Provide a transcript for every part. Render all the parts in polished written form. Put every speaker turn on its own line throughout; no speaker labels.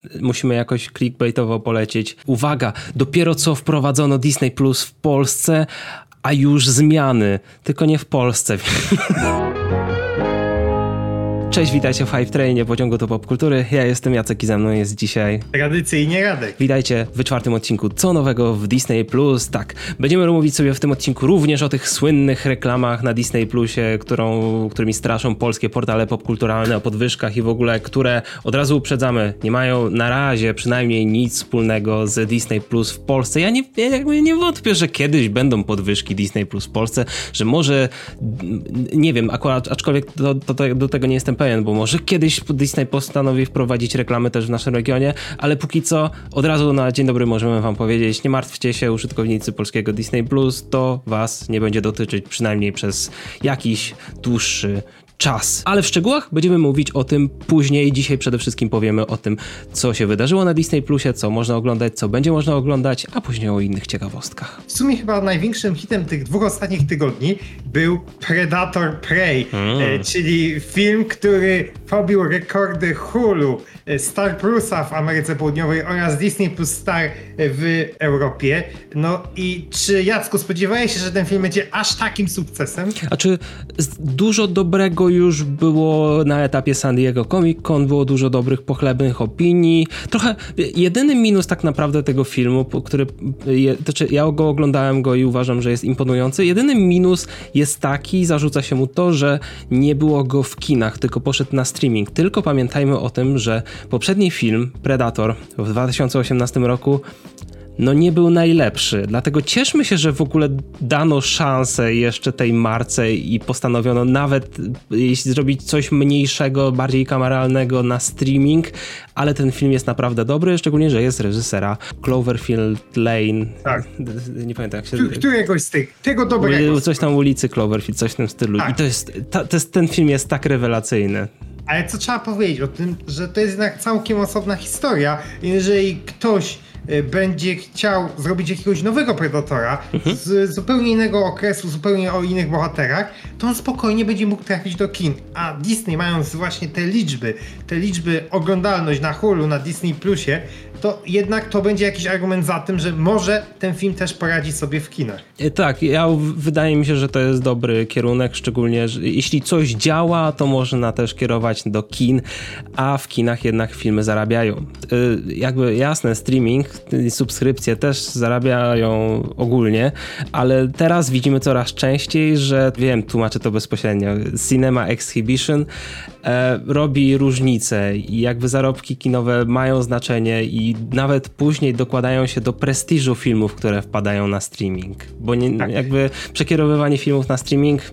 musimy jakoś clickbaitowo polecieć. Uwaga, dopiero co wprowadzono Disney Plus w Polsce, a już zmiany, tylko nie w Polsce. Cześć, witajcie w Hype Trainie, pociągu do popkultury. Ja jestem Jacek i ze mną jest dzisiaj...
Tradycyjnie Radek.
Witajcie w 4. odcinku Co nowego w Disney Plus. Tak, będziemy mówić sobie w tym odcinku również o tych słynnych reklamach na Disney Plusie, którymi straszą polskie portale popkulturalne, o podwyżkach i w ogóle, które od razu uprzedzamy, nie mają na razie przynajmniej nic wspólnego z Disney Plus w Polsce. Ja nie wątpię, że kiedyś będą podwyżki Disney Plus w Polsce, że może, nie wiem, akurat, aczkolwiek do tego nie jestem pewien, bo może kiedyś Disney postanowi wprowadzić reklamy też w naszym regionie, ale póki co od razu na dzień dobry możemy wam powiedzieć, nie martwcie się, użytkownicy polskiego Disney Plus, to was nie będzie dotyczyć przynajmniej przez jakiś dłuższy czas. Ale w szczegółach będziemy mówić o tym później. Dzisiaj przede wszystkim powiemy o tym, co się wydarzyło na Disney Plusie, co można oglądać, co będzie można oglądać, a później o innych ciekawostkach.
W sumie chyba największym hitem tych 2 ostatnich tygodni był Predator Prey, czyli film, który pobił rekordy Hulu, Star Plusa w Ameryce Południowej oraz Disney Plus Star w Europie. No i czy, Jacku, spodziewałeś się, że ten film będzie aż takim sukcesem?
A czy dużo dobrego już było na etapie San Diego Comic Con, było dużo dobrych, pochlebnych opinii. Trochę jedyny minus tak naprawdę tego filmu, ja go oglądałem i uważam, że jest imponujący. Jedyny minus jest taki, zarzuca się mu to, że nie było go w kinach, tylko poszedł na streaming. Tylko pamiętajmy o tym, że poprzedni film, Predator, w 2018 roku nie był najlepszy, dlatego cieszmy się, że w ogóle dano szansę jeszcze tej marce i postanowiono nawet jeśli zrobić coś mniejszego, bardziej kameralnego na streaming, ale ten film jest naprawdę dobry, szczególnie, że jest reżysera Cloverfield Lane.
Tak.
Nie pamiętam jak się...
Któregoś z tego dobrego.
Coś tam ulicy Cloverfield, coś w tym stylu. Tak. I ten film jest tak rewelacyjny.
Ale co trzeba powiedzieć o tym, że to jest jednak całkiem osobna historia. Jeżeli ktoś będzie chciał zrobić jakiegoś nowego Predatora z zupełnie innego okresu, zupełnie o innych bohaterach, to on spokojnie będzie mógł trafić do kin. A Disney, mając właśnie te liczby oglądalność na Hulu, na Disney Plusie, to jednak to będzie jakiś argument za tym, że może ten film też poradzi sobie w kinach.
Tak, wydaje mi się, że to jest dobry kierunek, szczególnie, że jeśli coś działa, to można też kierować do kin, a w kinach jednak filmy zarabiają. Jakby jasne, streaming, subskrypcje też zarabiają ogólnie, ale teraz widzimy coraz częściej, że tłumaczę to bezpośrednio, Cinema Exhibition robi różnicę i jakby zarobki kinowe mają znaczenie i nawet później dokładają się do prestiżu filmów, które wpadają na streaming, bo jakby przekierowywanie filmów na streaming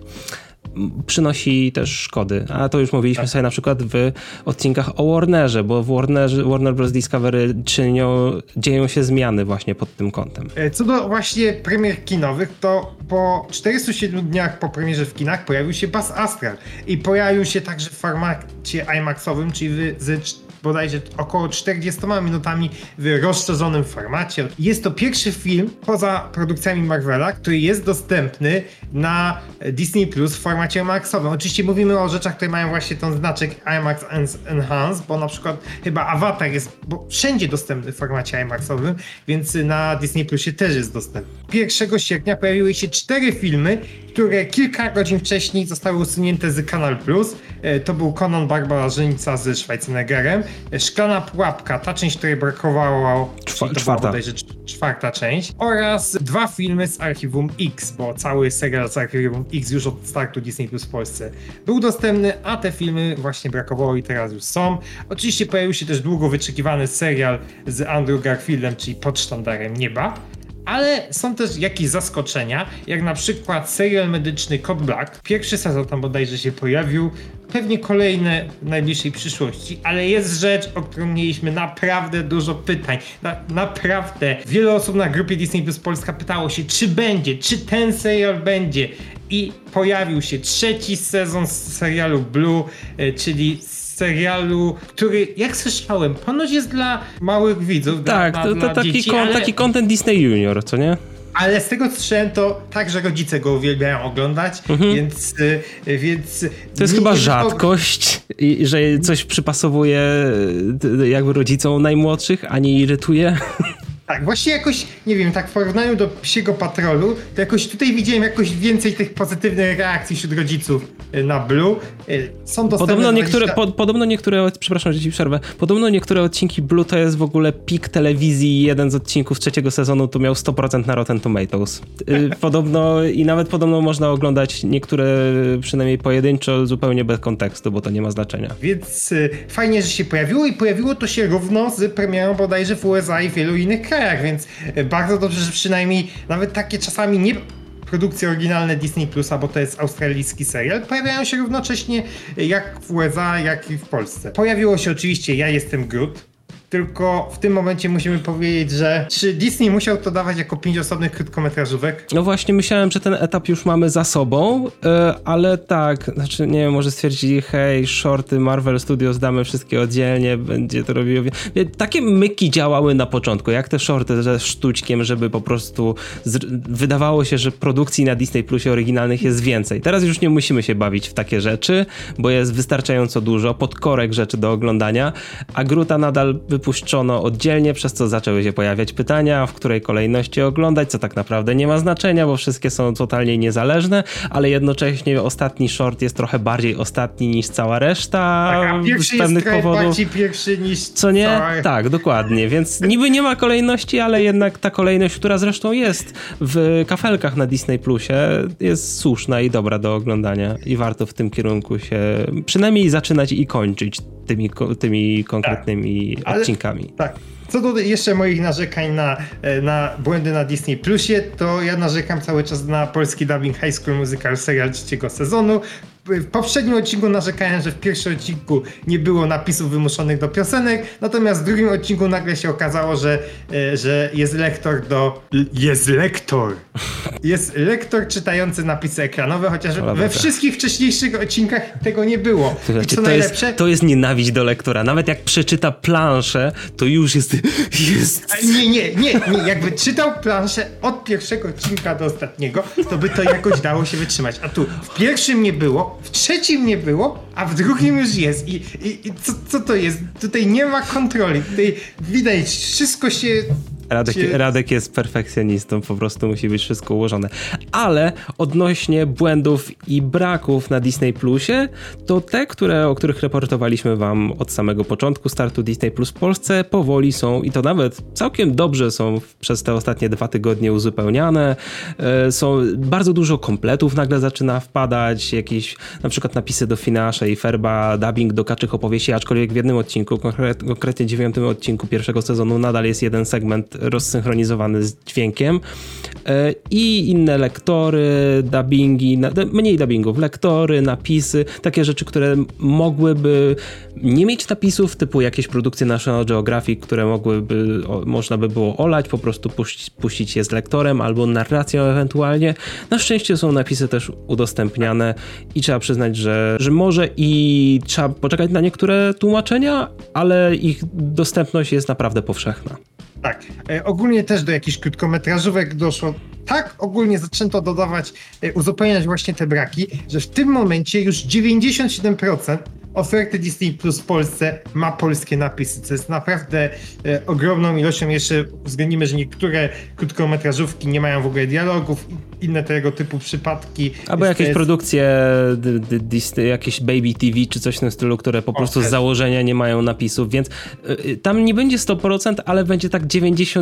przynosi też szkody, a to już mówiliśmy sobie na przykład w odcinkach o Warnerze, bo w Warner Bros. Discovery dzieją się zmiany właśnie pod tym kątem.
Co do właśnie premier kinowych, to po 47 dniach po premierze w kinach pojawił się Buzz Astral i pojawił się także w formacie IMAX-owym, czyli z bodajże około 40 minutami w rozszerzonym formacie. Jest to pierwszy film poza produkcjami Marvela, który jest dostępny na Disney Plus w formacie IMAX-owym. Oczywiście mówimy o rzeczach, które mają właśnie ten znaczek IMAX Enhanced, bo na przykład chyba Avatar jest wszędzie dostępny w formacie IMAX-owym, więc na Disney Plusie też jest dostępny. 1 sierpnia pojawiły się 4 filmy, które kilka godzin wcześniej zostały usunięte z Kanal Plus. To był Conan Barbarzyńca ze Schwarzeneggerem, Szklana Pułapka, ta część, której brakowało,
czwarta.
Czwarta część, oraz 2 filmy z Archiwum X, bo cały serial z Archiwum X już od startu Disney Plus w Polsce był dostępny, a te filmy właśnie brakowało i teraz już są. Oczywiście pojawił się też długo wyczekiwany serial z Andrew Garfieldem, czyli Pod sztandarem nieba. Ale są też jakieś zaskoczenia, jak na przykład serial medyczny Code Black. Pierwszy sezon tam bodajże się pojawił, pewnie kolejne w najbliższej przyszłości, ale jest rzecz, o którą mieliśmy naprawdę dużo pytań. Naprawdę. Wiele osób na grupie Disney Plus Polska pytało się, czy ten serial będzie. I pojawił się 3. sezon z serialu Blue, czyli serialu, który, jak słyszałem, ponoć jest dla małych widzów.
Tak,
dla dzieci, ale...
taki content Disney Junior, co nie?
Ale z tego co słyszałem, to także rodzice go uwielbiają oglądać, więc
to jest chyba rzadkość, że coś przypasowuje jakby rodzicom najmłodszych, a nie irytuje.
Tak, właśnie jakoś, nie wiem, tak w porównaniu do Psiego Patrolu, to jakoś tutaj widziałem jakoś więcej tych pozytywnych reakcji wśród rodziców na Blue. Są dostępne
podobno niektóre, przepraszam, że ci przerwę, podobno niektóre odcinki Blue to jest w ogóle pik telewizji, jeden z odcinków 3. sezonu to miał 100% na Rotten Tomatoes. Podobno można oglądać niektóre przynajmniej pojedynczo, zupełnie bez kontekstu, bo to nie ma znaczenia.
Więc fajnie, że się pojawiło i pojawiło to się równo z premierą bodajże w USA i w wielu innych krajach, więc bardzo dobrze, że przynajmniej nawet takie czasami nie produkcje oryginalne Disney Plusa, bo to jest australijski serial, pojawiają się równocześnie jak w USA, jak i w Polsce. Pojawiło się oczywiście Ja jestem Groot, tylko w tym momencie musimy powiedzieć, że czy Disney musiał to dawać jako 5 osobnych krótkometrażówek?
No właśnie, myślałem, że ten etap już mamy za sobą, ale tak, znaczy nie wiem, może stwierdzili, hej, shorty Marvel Studios damy wszystkie oddzielnie, będzie to robiło. Takie myki działały na początku, jak te shorty ze sztućkiem, żeby po prostu wydawało się, że produkcji na Disney Plusie oryginalnych jest więcej. Teraz już nie musimy się bawić w takie rzeczy, bo jest wystarczająco dużo podkorek rzeczy do oglądania, a Groota nadal wypuszczono oddzielnie, przez co zaczęły się pojawiać pytania, w której kolejności oglądać, co tak naprawdę nie ma znaczenia, bo wszystkie są totalnie niezależne, ale jednocześnie ostatni short jest trochę bardziej ostatni niż cała reszta.
Tak, a pierwszy z pewnych jest powodów. Bardziej pierwszy niż
co nie? Cała... Tak, dokładnie, więc niby nie ma kolejności, ale jednak ta kolejność, która zresztą jest w kafelkach na Disney Plusie, jest słuszna i dobra do oglądania i warto w tym kierunku się przynajmniej zaczynać i kończyć tymi konkretnymi odcinkami.
Tak. Co do jeszcze moich narzekań na błędy na Disney Plusie, to ja narzekam cały czas na polski dubbing High School Musical serial 3. sezonu. W poprzednim odcinku narzekałem, że w pierwszym odcinku nie było napisów wymuszonych do piosenek, natomiast w drugim odcinku nagle się okazało, że jest lektor Jest lektor czytający napisy ekranowe, chociaż we wszystkich wcześniejszych odcinkach tego nie było.
Słuchajcie, i co najlepsze... To jest nienawiść do lektora. Nawet jak przeczyta planszę, to już jest...
Nie. Jakby czytał planszę od pierwszego odcinka do ostatniego, to by to jakoś dało się wytrzymać. A tu w pierwszym nie było, w trzecim nie było, a w drugim już jest. I co to jest? Tutaj nie ma kontroli. Tutaj widać, wszystko się...
Radek jest perfekcjonistą, po prostu musi być wszystko ułożone. Ale odnośnie błędów i braków na Disney Plusie, to te, o których reportowaliśmy wam od samego początku startu Disney Plus w Polsce, powoli są i to nawet całkiem dobrze są przez te ostatnie 2 tygodnie uzupełniane. Są bardzo dużo kompletów nagle zaczyna wpadać, jakieś na przykład napisy do Finasza i Ferba, dubbing do Kaczych Opowieści, aczkolwiek w jednym odcinku, konkretnie 9. odcinku 1. sezonu nadal jest jeden segment rozsynchronizowany z dźwiękiem i inne lektory, dubbingi, mniej dubbingów, lektory, napisy, takie rzeczy, które mogłyby nie mieć napisów, typu jakieś produkcje National Geographic, które można by było olać, po prostu puścić je z lektorem albo narracją ewentualnie. Na szczęście są napisy też udostępniane i trzeba przyznać, że może i trzeba poczekać na niektóre tłumaczenia, ale ich dostępność jest naprawdę powszechna.
Tak, ogólnie też do jakichś krótkometrażówek doszło. Tak, ogólnie zaczęto uzupełniać właśnie te braki, że w tym momencie już 97% oferty Disney Plus w Polsce ma polskie napisy, co jest naprawdę ogromną ilością. Jeszcze uwzględnimy, że niektóre krótkometrażówki nie mają w ogóle dialogów, inne tego typu przypadki.
Albo jakieś produkcje Disney, jakieś Baby TV czy coś w tym stylu, które po prostu z założenia nie mają napisów, więc tam nie będzie 100%, ale będzie tak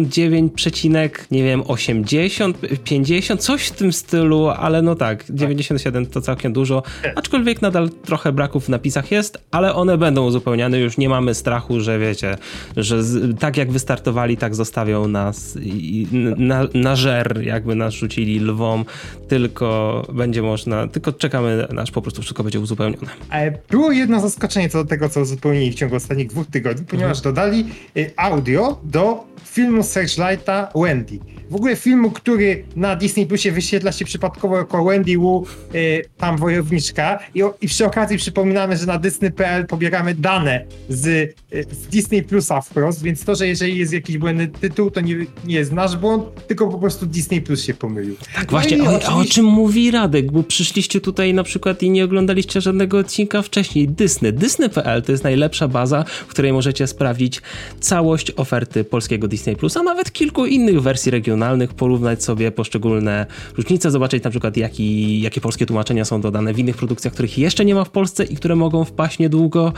80, 50, coś w tym stylu, ale no tak, 97 to całkiem dużo, aczkolwiek nadal trochę braków w napisach jest, ale one będą uzupełniane, już nie mamy strachu, że wiecie, że tak jak wystartowali, tak zostawią nas na żer, jakby nas rzucili lwom nową, tylko czekamy, aż po prostu wszystko będzie uzupełnione.
Było jedno zaskoczenie co do tego, co uzupełnili w ciągu ostatnich 2 tygodni, ponieważ dodali audio do filmu Searchlighta Wendy. W ogóle filmu, który na Disney Plusie wyświetla się przypadkowo jako Wendy Wu, tam wojowniczka. I przy okazji przypominamy, że na Disney.pl pobieramy dane z Disney Plusa wprost, więc to, że jeżeli jest jakiś błędny tytuł, to nie jest nasz błąd, tylko po prostu Disney Plus się pomylił.
Tak, właśnie, a o czym mówi Radek? Bo przyszliście tutaj na przykład i nie oglądaliście żadnego odcinka wcześniej. Disney.pl to jest najlepsza baza, w której możecie sprawdzić całość oferty polskiego Disney Plus, a nawet kilku innych wersji regionalnych, porównać sobie poszczególne różnice, zobaczyć na przykład jakie polskie tłumaczenia są dodane w innych produkcjach, których jeszcze nie ma w Polsce i które mogą wpaść niedługo.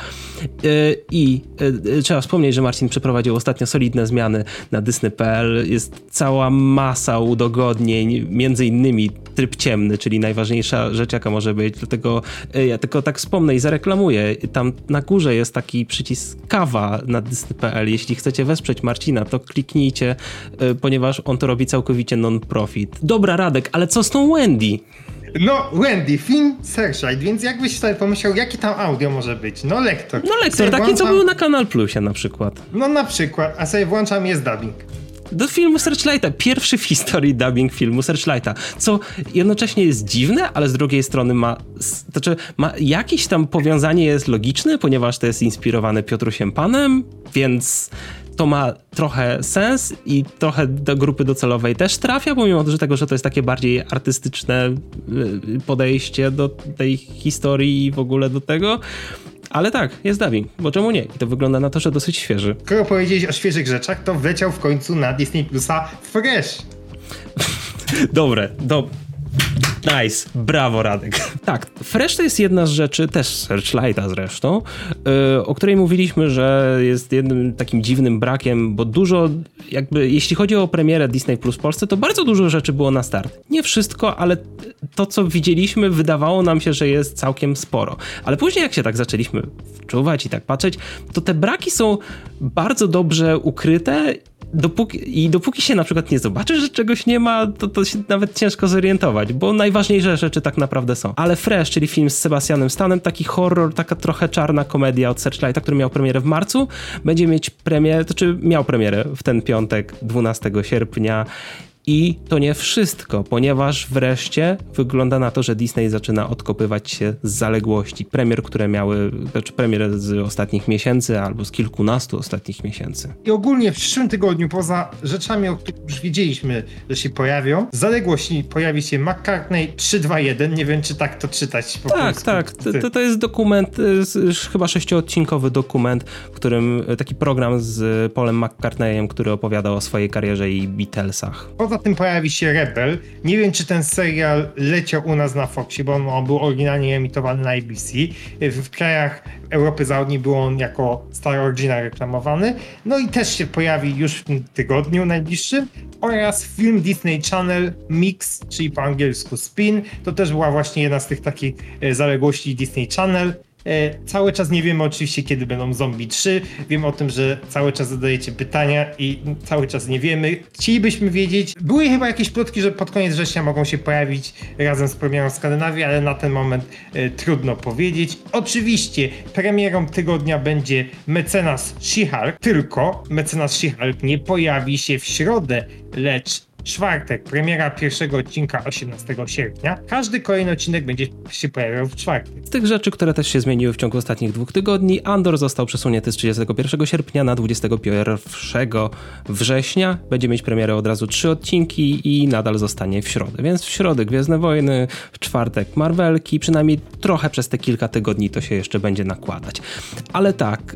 Trzeba wspomnieć, że Marcin przeprowadził ostatnio solidne zmiany na Disney.pl. Jest cała masa udogodnień, między innymi tryb ciemny, czyli najważniejsza rzecz, jaka może być. Dlatego ja tylko tak wspomnę i zareklamuję. Tam na górze jest taki przycisk kawa na Disney.pl. Jeśli chcecie wesprzeć Marcina, to kliknijcie, ponieważ on to robi całkowicie non-profit. Dobra, Radek, ale co z tą Wendy?
No, Wendy, film Searchlight, więc jakbyś sobie pomyślał, jaki tam audio może być? No, lektor.
No, lektor, taki co był na Kanal Plusie na przykład.
No, na przykład, a sobie włączam, jest dubbing.
Do filmu Searchlighta, pierwszy w historii dubbing filmu Searchlighta, co jednocześnie jest dziwne, ale z drugiej strony ma jakieś tam powiązanie, jest logiczne, ponieważ to jest inspirowane Piotrusiem Panem, więc to ma trochę sens i trochę do grupy docelowej też trafia, pomimo tego, że to jest takie bardziej artystyczne podejście do tej historii i w ogóle do tego. Ale tak, jest dubbing, bo czemu nie? I to wygląda na to, że dosyć świeży.
Skoro powiedzieć o świeżych rzeczach, to wleciał w końcu na Disney Plusa Fresh.
Dobre. Nice, brawo Radek. Tak, Fresh to jest jedna z rzeczy, też Searchlighta zresztą, o której mówiliśmy, że jest jednym takim dziwnym brakiem, bo dużo, jeśli chodzi o premierę Disney Plus w Polsce, to bardzo dużo rzeczy było na start. Nie wszystko, ale to, co widzieliśmy, wydawało nam się, że jest całkiem sporo. Ale później, jak się tak zaczęliśmy wczuwać i tak patrzeć, to te braki są bardzo dobrze ukryte. Dopóki się na przykład nie zobaczy, że czegoś nie ma, to się nawet ciężko zorientować, bo najważniejsze rzeczy tak naprawdę są. Ale Fresh, czyli film z Sebastianem Stanem, taki horror, taka trochę czarna komedia od Searchlighta, który miał premierę w marcu, będzie mieć miał premierę w ten piątek, 12 sierpnia. I to nie wszystko, ponieważ wreszcie wygląda na to, że Disney zaczyna odkopywać się z zaległości premier, które miały, premier z ostatnich miesięcy albo z kilkunastu ostatnich miesięcy.
I ogólnie w przyszłym tygodniu, poza rzeczami, o których już wiedzieliśmy, że się pojawią, z zaległości pojawi się McCartney 321, nie wiem, czy tak to czytać po polsku.
Tak, to jest dokument, chyba 6-odcinkowy dokument, w którym taki program z Paulem McCartneyem, który opowiadał o swojej karierze i Beatlesach.
Poza tym pojawi się Rebel. Nie wiem, czy ten serial leciał u nas na Foxie, bo on był oryginalnie emitowany na ABC. W krajach Europy Zachodniej był on jako Star Original reklamowany. No i też się pojawi już w tym tygodniu najbliższym. Oraz film Disney Channel Mix, czyli po angielsku Spin. To też była właśnie jedna z tych takich zaległości Disney Channel. Cały czas nie wiemy oczywiście, kiedy będą Zombie 3. Wiem o tym, że cały czas zadajecie pytania i cały czas nie wiemy. Chcielibyśmy wiedzieć. Były chyba jakieś plotki, że pod koniec września mogą się pojawić razem z premierą Skandynawii, ale na ten moment trudno powiedzieć. Oczywiście premierą tygodnia będzie Mecenas She-Hulk, tylko Mecenas She-Hulk nie pojawi się w środę, lecz czwartek, premiera pierwszego odcinka 18 sierpnia. Każdy kolejny odcinek będzie się pojawiał w czwartek.
Z tych rzeczy, które też się zmieniły w ciągu ostatnich 2 tygodni, Andor został przesunięty z 31 sierpnia na 21 września. Będzie mieć premierę od razu 3 odcinki i nadal zostanie w środę. Więc w środę Gwiezdne Wojny, w czwartek Marvelki, przynajmniej trochę przez te kilka tygodni to się jeszcze będzie nakładać. Ale tak,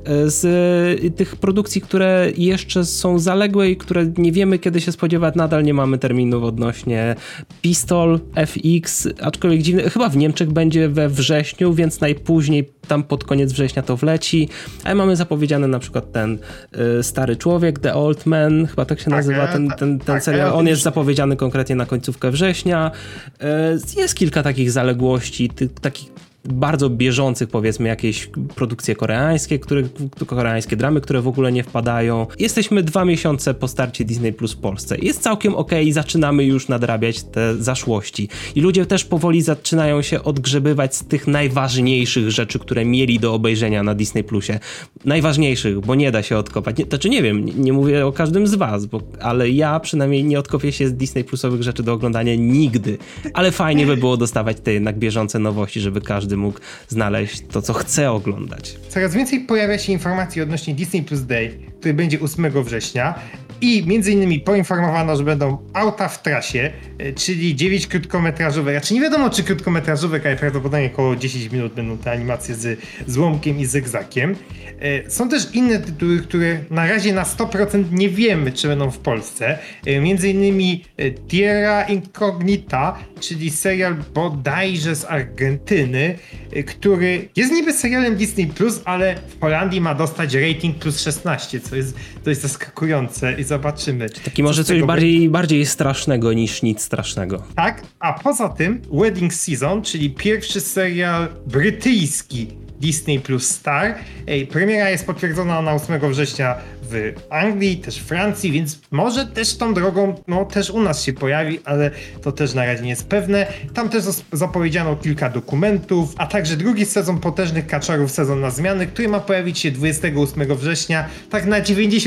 z tych produkcji, które jeszcze są zaległe i które nie wiemy, kiedy się spodziewać, nadal nie mamy terminów odnośnie Pistol, FX, aczkolwiek dziwne, chyba w Niemczech będzie we wrześniu, więc najpóźniej tam pod koniec września to wleci, ale mamy zapowiedziany na przykład ten Stary Człowiek, The Old Man, chyba tak się nazywa ten serial, on jest zapowiedziany konkretnie na końcówkę września. Jest kilka takich zaległości, takich bardzo bieżących, powiedzmy, jakieś produkcje koreańskie, koreańskie dramy, które w ogóle nie wpadają. Jesteśmy 2 miesiące po starcie Disney Plus w Polsce. Jest całkiem okej, zaczynamy już nadrabiać te zaszłości. I ludzie też powoli zaczynają się odgrzebywać z tych najważniejszych rzeczy, które mieli do obejrzenia na Disney Plusie. Najważniejszych, bo nie da się odkopać. Znaczy nie wiem, nie mówię o każdym z was, ale ja przynajmniej nie odkopię się z Disney Plusowych rzeczy do oglądania nigdy. Ale fajnie by było dostawać te jednak bieżące nowości, żeby każdy mógł znaleźć to, co chce oglądać.
Coraz więcej pojawia się informacji odnośnie Disney Plus Day, który będzie 8 września i między innymi poinformowano, że będą auta w trasie, czyli 9 krótkometrażówek, znaczy nie wiadomo czy krótkometrażówek, ale prawdopodobnie około 10 minut będą te animacje z łomkiem i zygzakiem. Są też inne tytuły, które na razie na 100% nie wiemy, czy będą w Polsce. Między innymi Tierra Incognita, czyli serial bodajże z Argentyny, który jest niby serialem Disney+, ale w Holandii ma dostać rating plus 16, co jest dość zaskakujące i zobaczymy.
Taki może coś bardziej strasznego niż nic strasznego.
Tak, a poza tym Wedding Season, czyli pierwszy serial brytyjski Disney Plus Star. Premiera jest potwierdzona na 8 września w Anglii, też w Francji, więc może też tą drogą, też u nas się pojawi, ale to też na razie nie jest pewne. Tam też zapowiedziano kilka dokumentów, a także drugi sezon Potężnych Kaczorów, sezon na zmiany, który ma pojawić się 28 września. Tak na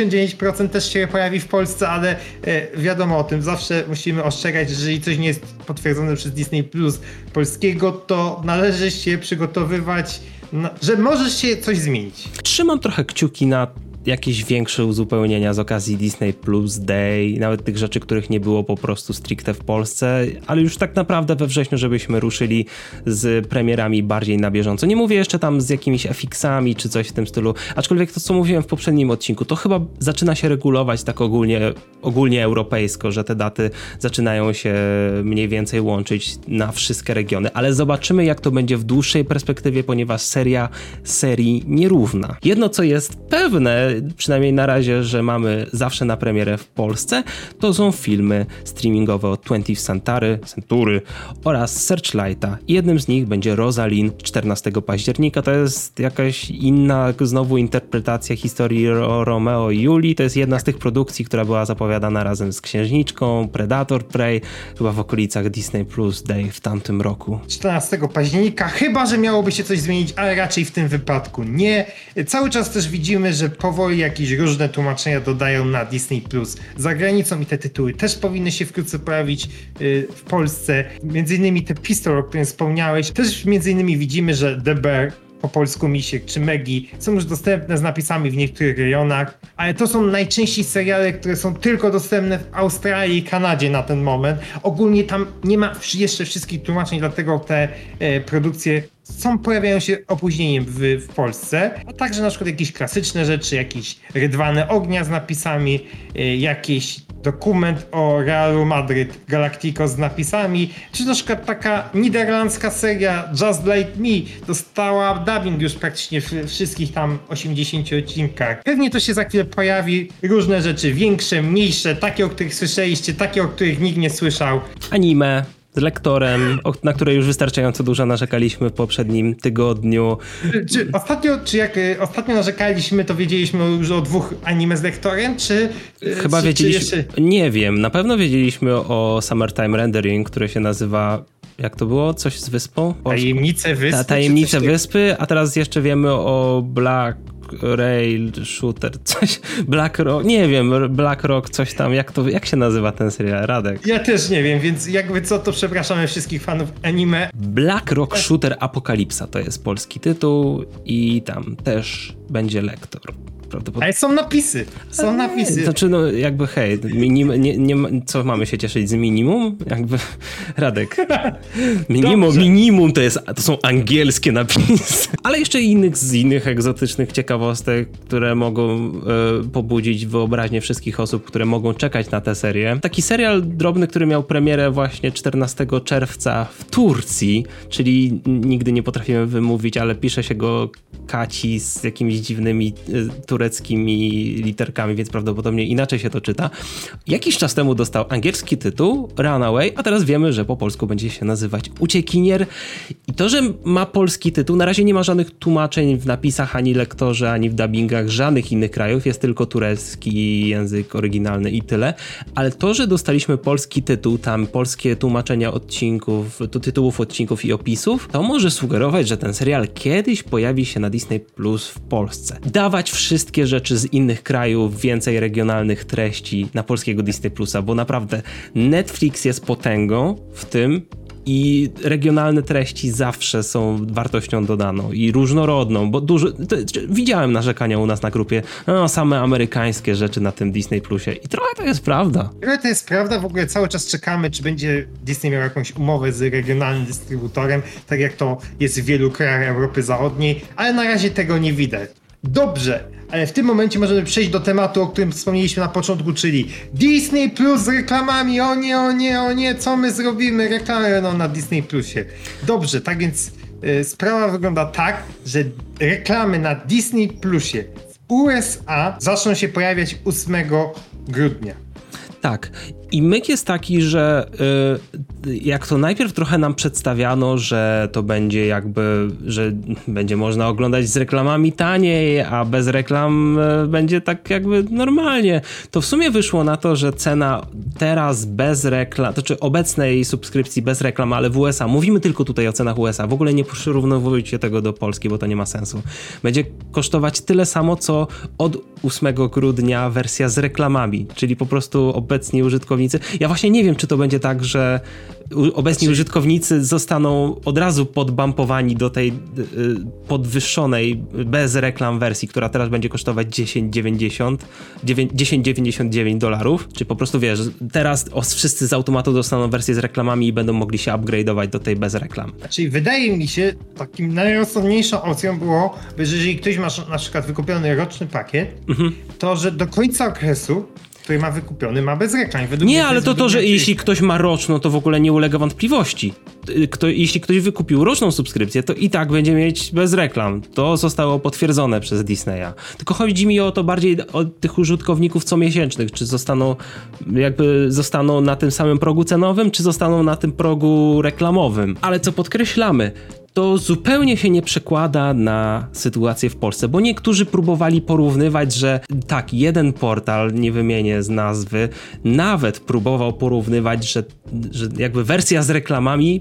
99% też się pojawi w Polsce, ale wiadomo o tym, zawsze musimy ostrzegać, że jeżeli coś nie jest potwierdzone przez Disney Plus polskiego, to należy się przygotowywać, że może się coś zmienić.
Trzymam trochę kciuki na jakieś większe uzupełnienia z okazji Disney Plus Day, nawet tych rzeczy, których nie było po prostu stricte w Polsce, ale już tak naprawdę we wrześniu, żebyśmy ruszyli z premierami bardziej na bieżąco. Nie mówię jeszcze tam z jakimiś FX-ami czy coś w tym stylu, aczkolwiek to, co mówiłem w poprzednim odcinku, to chyba zaczyna się regulować tak ogólnie europejsko, że te daty zaczynają się mniej więcej łączyć na wszystkie regiony, ale zobaczymy, jak to będzie w dłuższej perspektywie, ponieważ seria serii nierówna. Jedno, co jest pewne, przynajmniej na razie, że mamy zawsze na premierę w Polsce, to są filmy streamingowe od 20th Century oraz Searchlighta. Jednym z nich będzie Rosaline 14 października. To jest jakaś inna znowu interpretacja historii Romeo i Julii. To jest jedna z tych produkcji, która była zapowiadana razem z Księżniczką, Predator Prey, chyba w okolicach Disney Plus Day w tamtym roku.
14 października, chyba że miałoby się coś zmienić, ale raczej w tym wypadku nie. Cały czas też widzimy, że powoli jakieś różne tłumaczenia dodają na Disney Plus za granicą i te tytuły też powinny się wkrótce pojawić w Polsce. Między innymi te Pistol, o którym wspomniałeś. Też między innymi widzimy, że The Bear, po polsku Misiek czy Megi, są już dostępne z napisami w niektórych rejonach, ale to są najczęściej seriale, które są tylko dostępne w Australii i Kanadzie na ten moment. Ogólnie tam nie ma jeszcze wszystkich tłumaczeń, dlatego te produkcje pojawiają się opóźnieniem w Polsce, a także na przykład jakieś klasyczne rzeczy, jakieś Rydwany Ognia z napisami, jakiś dokument o Realu Madryt Galactico z napisami, czy na przykład taka niderlandzka seria Just Like Me dostała dubbing już praktycznie w wszystkich tam 80 odcinkach. Pewnie to się za chwilę pojawi, różne rzeczy, większe, mniejsze, takie, o których słyszeliście, takie, o których nikt nie słyszał.
Anime z lektorem, na które już wystarczająco dużo narzekaliśmy w poprzednim tygodniu.
Ostatnio narzekaliśmy, to wiedzieliśmy już o 2 anime z lektorem, czy...
Chyba wiedzieliśmy, nie wiem, na pewno wiedzieliśmy o Summertime Rendering, które się nazywa, jak to było? Coś z wyspą?
Tajemnice Wyspy?
Tajemnice Wyspy, a teraz jeszcze wiemy o Black Rail Shooter, coś, Black Rock, nie wiem, Black Rock, coś tam, jak się nazywa ten serial, Radek?
Ja też nie wiem, więc jakby co, to przepraszamy wszystkich fanów anime.
Black Rock Shooter Apokalipsa to jest polski tytuł i tam też będzie lektor.
Ale są napisy.
Znaczy, jakby hej, co mamy się cieszyć z minimum? Jakby, Radek, minimum to są angielskie napisy. Ale jeszcze z innych egzotycznych ciekawostek, które mogą pobudzić wyobraźnię wszystkich osób, które mogą czekać na tę serię. Taki serial drobny, który miał premierę właśnie 14 czerwca w Turcji, czyli nigdy nie potrafimy wymówić, ale pisze się go Kaci z jakimiś dziwnymi tureckimi literkami, więc prawdopodobnie inaczej się to czyta. Jakiś czas temu dostał angielski tytuł Runaway, a teraz wiemy, że po polsku będzie się nazywać Uciekinier. I to, że ma polski tytuł, na razie nie ma żadnych tłumaczeń w napisach, ani lektorze, ani w dubbingach żadnych innych krajów, jest tylko turecki język oryginalny i tyle. Ale to, że dostaliśmy polski tytuł, tam polskie tłumaczenia odcinków, tytułów odcinków i opisów, to może sugerować, że ten serial kiedyś pojawi się na Disney Plus w Polsce. Dawać wszystkie rzeczy z innych krajów, więcej regionalnych treści na polskiego Disney Plusa, bo naprawdę Netflix jest potęgą w tym i regionalne treści zawsze są wartością dodaną i różnorodną, bo widziałem narzekania u nas na grupie, same amerykańskie rzeczy na tym Disney Plusie i trochę to jest prawda.
Trochę to jest prawda, w ogóle cały czas czekamy, czy będzie Disney miał jakąś umowę z regionalnym dystrybutorem, tak jak to jest w wielu krajach Europy Zachodniej, ale na razie tego nie widać. Dobrze, ale w tym momencie możemy przejść do tematu, o którym wspomnieliśmy na początku, czyli Disney Plus z reklamami. O nie, co my zrobimy? Reklamy na Disney Plusie. Dobrze, tak więc sprawa wygląda tak, że reklamy na Disney Plusie w USA zaczną się pojawiać 8 grudnia.
Tak. I myk jest taki, że jak to najpierw trochę nam przedstawiano, że to będzie że będzie można oglądać z reklamami taniej, a bez reklam będzie tak jakby normalnie. To w sumie wyszło na to, że cena teraz bez reklam, to znaczy obecnej subskrypcji bez reklam, ale w USA, mówimy tylko tutaj o cenach USA, w ogóle nie przyrównujcie tego do Polski, bo to nie ma sensu. Będzie kosztować tyle samo, co od 8 grudnia wersja z reklamami, czyli po prostu obecni użytkownicy. Ja właśnie nie wiem, czy to będzie tak, że obecni użytkownicy zostaną od razu podbumpowani do tej podwyższonej bez reklam wersji, która teraz będzie kosztować $10,99, czy po prostu wiesz, teraz wszyscy z automatu dostaną wersję z reklamami i będą mogli się upgrade'ować do tej bez reklam.
Czyli wydaje mi się, takim najrozsądniejszą opcją było, że jeżeli ktoś ma na przykład wykupiony roczny pakiet, to że do końca okresu, który ma wykupiony, ma bez reklam.
Nie, ale to, że jeśli ktoś ma roczną, to w ogóle nie ulega wątpliwości. Jeśli ktoś wykupił roczną subskrypcję, to i tak będzie mieć bez reklam. To zostało potwierdzone przez Disneya. Tylko chodzi mi o to bardziej o tych użytkowników comiesięcznych, czy zostaną na tym samym progu cenowym, czy zostaną na tym progu reklamowym. Ale co podkreślamy, to zupełnie się nie przekłada na sytuację w Polsce, bo niektórzy próbowali porównywać, że tak, jeden portal, nie wymienię z nazwy, nawet próbował porównywać, że jakby wersja z reklamami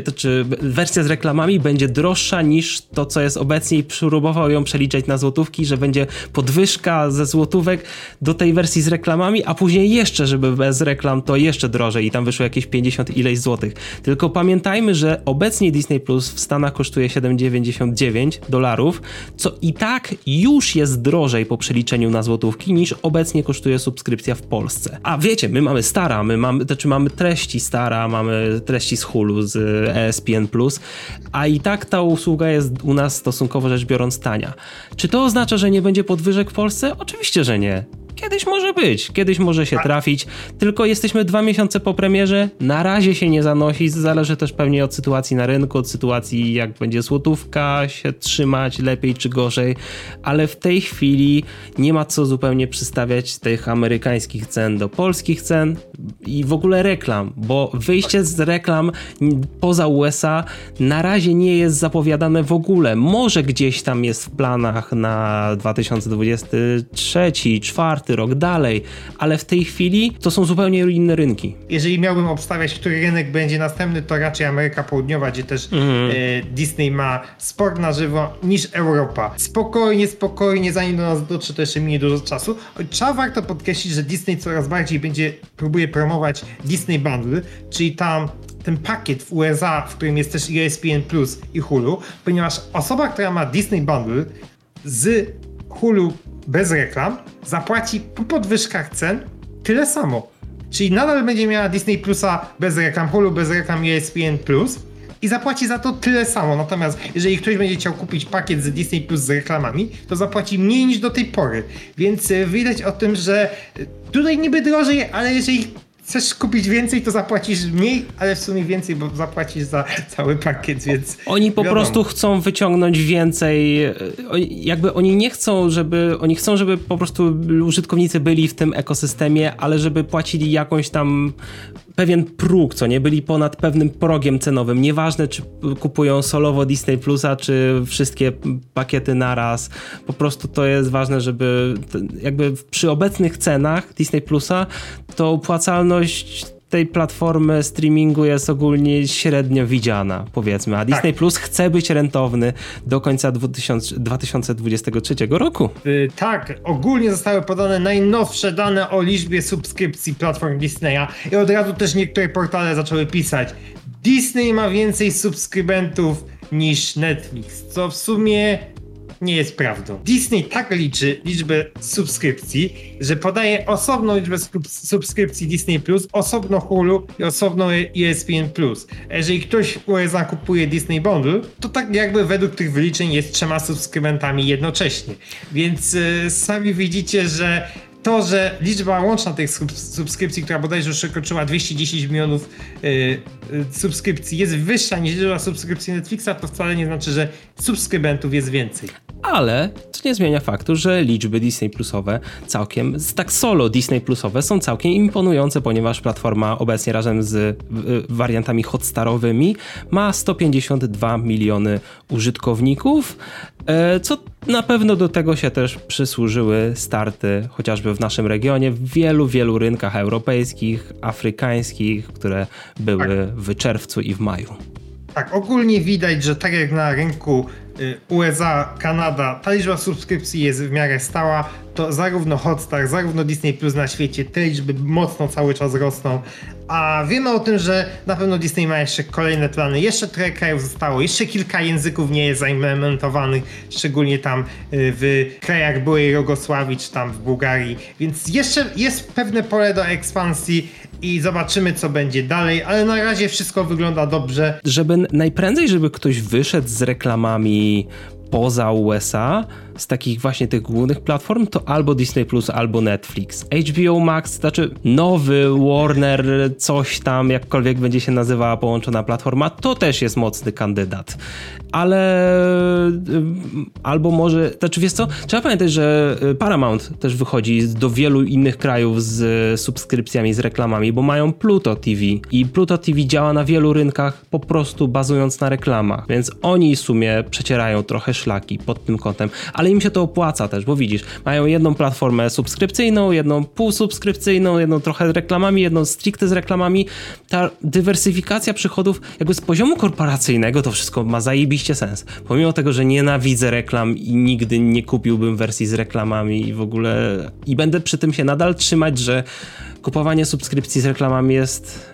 będzie droższa niż to, co jest obecnie i próbował ją przeliczać na złotówki, że będzie podwyżka ze złotówek do tej wersji z reklamami, a później jeszcze, żeby bez reklam, to jeszcze drożej i tam wyszło jakieś 50 ileś złotych. Tylko pamiętajmy, że obecnie Disney Plus w Stanach kosztuje $7,99, co i tak już jest drożej po przeliczeniu na złotówki niż obecnie kosztuje subskrypcja w Polsce. A wiecie, my mamy Stara, mamy treści Stara, mamy treści z Hulu, z ESPN+, a i tak ta usługa jest u nas stosunkowo rzecz biorąc tania. Czy to oznacza, że nie będzie podwyżek w Polsce? Oczywiście, że nie. Kiedyś może być, kiedyś może się trafić, tylko jesteśmy 2 miesiące po premierze, na razie się nie zanosi, zależy też pewnie od sytuacji na rynku, od sytuacji jak będzie złotówka się trzymać lepiej czy gorzej, ale w tej chwili nie ma co zupełnie przystawiać tych amerykańskich cen do polskich cen i w ogóle reklam, bo wyjście z reklam poza USA na razie nie jest zapowiadane w ogóle, może gdzieś tam jest w planach na 2023, 2024 rok dalej, ale w tej chwili to są zupełnie inne rynki. Jeżeli
miałbym obstawiać, który rynek będzie następny, to raczej Ameryka Południowa, gdzie też Disney ma sport na żywo, niż Europa. Spokojnie, zanim do nas dotrze, to jeszcze minie dużo czasu. Trzeba warto podkreślić, że Disney coraz bardziej próbuje promować Disney Bundle, czyli ten pakiet w USA, w którym jest też ESPN Plus i Hulu, ponieważ osoba, która ma Disney Bundle z Hulu bez reklam, zapłaci po podwyżkach cen tyle samo. Czyli nadal będzie miała Disney Plusa bez reklam, Hulu bez reklam i ESPN Plus i zapłaci za to tyle samo. Natomiast jeżeli ktoś będzie chciał kupić pakiet z Disney Plus z reklamami, to zapłaci mniej niż do tej pory. Więc widać o tym, że tutaj niby drożej, ale jeżeli chcesz kupić więcej, to zapłacisz mniej, ale w sumie więcej, bo zapłacisz za cały pakiet, więc...
Oni po prostu chcą wyciągnąć więcej, jakby oni chcą, żeby po prostu użytkownicy byli w tym ekosystemie, ale żeby płacili jakąś tam pewien próg, co nie, byli ponad pewnym progiem cenowym. Nieważne, czy kupują solowo Disney Plusa, czy wszystkie pakiety naraz. Po prostu to jest ważne, żeby jakby przy obecnych cenach Disney Plusa to opłacalność tej platformy streamingu jest ogólnie średnio widziana, powiedzmy, a Disney Plus chce być rentowny do końca 2023 roku.
Tak, ogólnie zostały podane najnowsze dane o liczbie subskrypcji platform Disneya i od razu też niektóre portale zaczęły pisać: Disney ma więcej subskrybentów niż Netflix, co w sumie nie jest prawdą. Disney tak liczy liczbę subskrypcji, że podaje osobną liczbę subskrypcji Disney+, osobno Hulu i osobno ESPN+. Jeżeli ktoś USA kupuje Disney Bundle, to tak jakby według tych wyliczeń jest 3 subskrybentami jednocześnie. Więc sami widzicie, że to, że liczba łączna tych subskrypcji, która bodajże już przekroczyła 210 milionów subskrypcji, jest wyższa niż liczba subskrypcji Netflixa, to wcale nie znaczy, że subskrybentów jest więcej.
Ale to nie zmienia faktu, że liczby Disney Plusowe tak solo Disney Plusowe są całkiem imponujące, ponieważ platforma obecnie razem z wariantami hotstarowymi ma 152 miliony użytkowników, co na pewno do tego się też przysłużyły starty chociażby w naszym regionie, w wielu rynkach europejskich, afrykańskich, które były w czerwcu i w maju.
Tak, ogólnie widać, że tak jak na rynku USA, Kanada, ta liczba subskrypcji jest w miarę stała, to zarówno Hotstar, zarówno Disney Plus na świecie, te liczby mocno cały czas rosną, a wiemy o tym, że na pewno Disney ma jeszcze kolejne plany, jeszcze trochę krajów zostało, jeszcze kilka języków nie jest zaimplementowanych, szczególnie tam w krajach byłej Jugosławii, czy tam w Bułgarii, więc jeszcze jest pewne pole do ekspansji i zobaczymy, co będzie dalej, ale na razie wszystko wygląda dobrze.
Żeby ktoś wyszedł z reklamami poza USA, z takich właśnie tych głównych platform, to albo Disney Plus, albo Netflix. HBO Max, znaczy nowy Warner, coś tam, jakkolwiek będzie się nazywała połączona platforma, to też jest mocny kandydat. Ale albo może, znaczy wiesz co, trzeba pamiętać, że Paramount też wychodzi do wielu innych krajów z subskrypcjami, z reklamami, bo mają Pluto TV i Pluto TV działa na wielu rynkach po prostu bazując na reklamach, więc oni w sumie przecierają trochę szlaki pod tym kątem, ale im się to opłaca też, bo widzisz, mają jedną platformę subskrypcyjną, jedną półsubskrypcyjną, jedną trochę reklamami, jedną stricte z reklamami. Ta dywersyfikacja przychodów jakby z poziomu korporacyjnego to wszystko ma zajebiście sens. Pomimo tego, że nienawidzę reklam i nigdy nie kupiłbym wersji z reklamami i w ogóle i będę przy tym się nadal trzymać, że kupowanie subskrypcji z reklamami jest...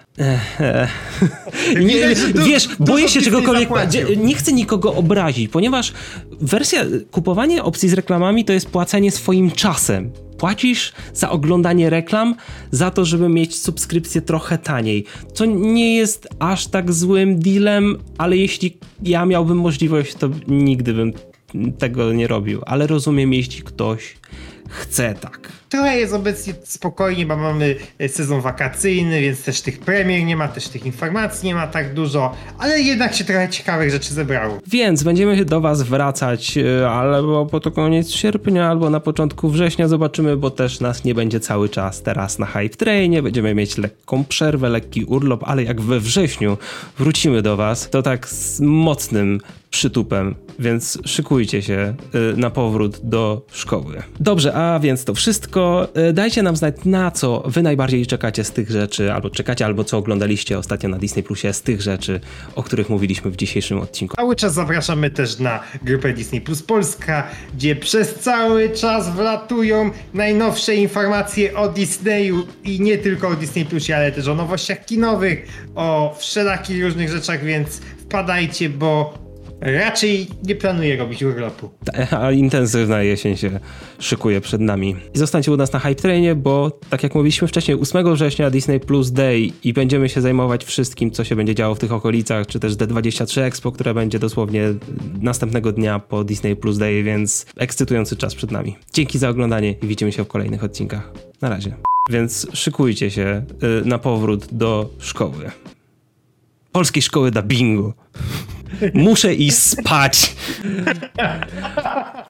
Wiesz, boję się czegokolwiek, nie chcę nikogo obrazić, ponieważ kupowanie opcji z reklamami to jest płacenie swoim czasem. Płacisz za oglądanie reklam, za to, żeby mieć subskrypcję trochę taniej. Co nie jest aż tak złym dealem, ale jeśli ja miałbym możliwość, to nigdy bym tego nie robił. Ale rozumiem, jeśli ktoś chce tak.
Trochę jest obecnie spokojnie, bo mamy sezon wakacyjny, więc też tych premier nie ma, też tych informacji nie ma tak dużo, ale jednak się trochę ciekawych rzeczy zebrało.
Więc będziemy do was wracać albo pod koniec sierpnia, albo na początku września, zobaczymy, bo też nas nie będzie cały czas teraz na Hype Trainie, będziemy mieć lekką przerwę, lekki urlop, ale jak we wrześniu wrócimy do was, to tak z mocnym przytupem, więc szykujcie się na powrót do szkoły. Dobrze, a więc to wszystko. Dajcie nam znać, na co wy najbardziej czekacie z tych rzeczy, albo co oglądaliście ostatnio na Disney Plusie z tych rzeczy, o których mówiliśmy w dzisiejszym odcinku.
Cały czas zapraszamy też na grupę Disney Plus Polska, gdzie przez cały czas wlatują najnowsze informacje o Disneyu i nie tylko o Disney Plusie, ale też o nowościach kinowych, o wszelakich różnych rzeczach, więc wpadajcie, bo raczej nie planuję robić urlopu.
A intensywna jesień się szykuje przed nami. I zostańcie u nas na Hype Trainie, bo tak jak mówiliśmy wcześniej, 8 września Disney Plus Day i będziemy się zajmować wszystkim, co się będzie działo w tych okolicach, czy też D23 Expo, które będzie dosłownie następnego dnia po Disney Plus Day, więc ekscytujący czas przed nami. Dzięki za oglądanie i widzimy się w kolejnych odcinkach. Na razie. Więc szykujcie się na powrót do szkoły. Polskiej szkoły dubbingu. Muszę iść spać.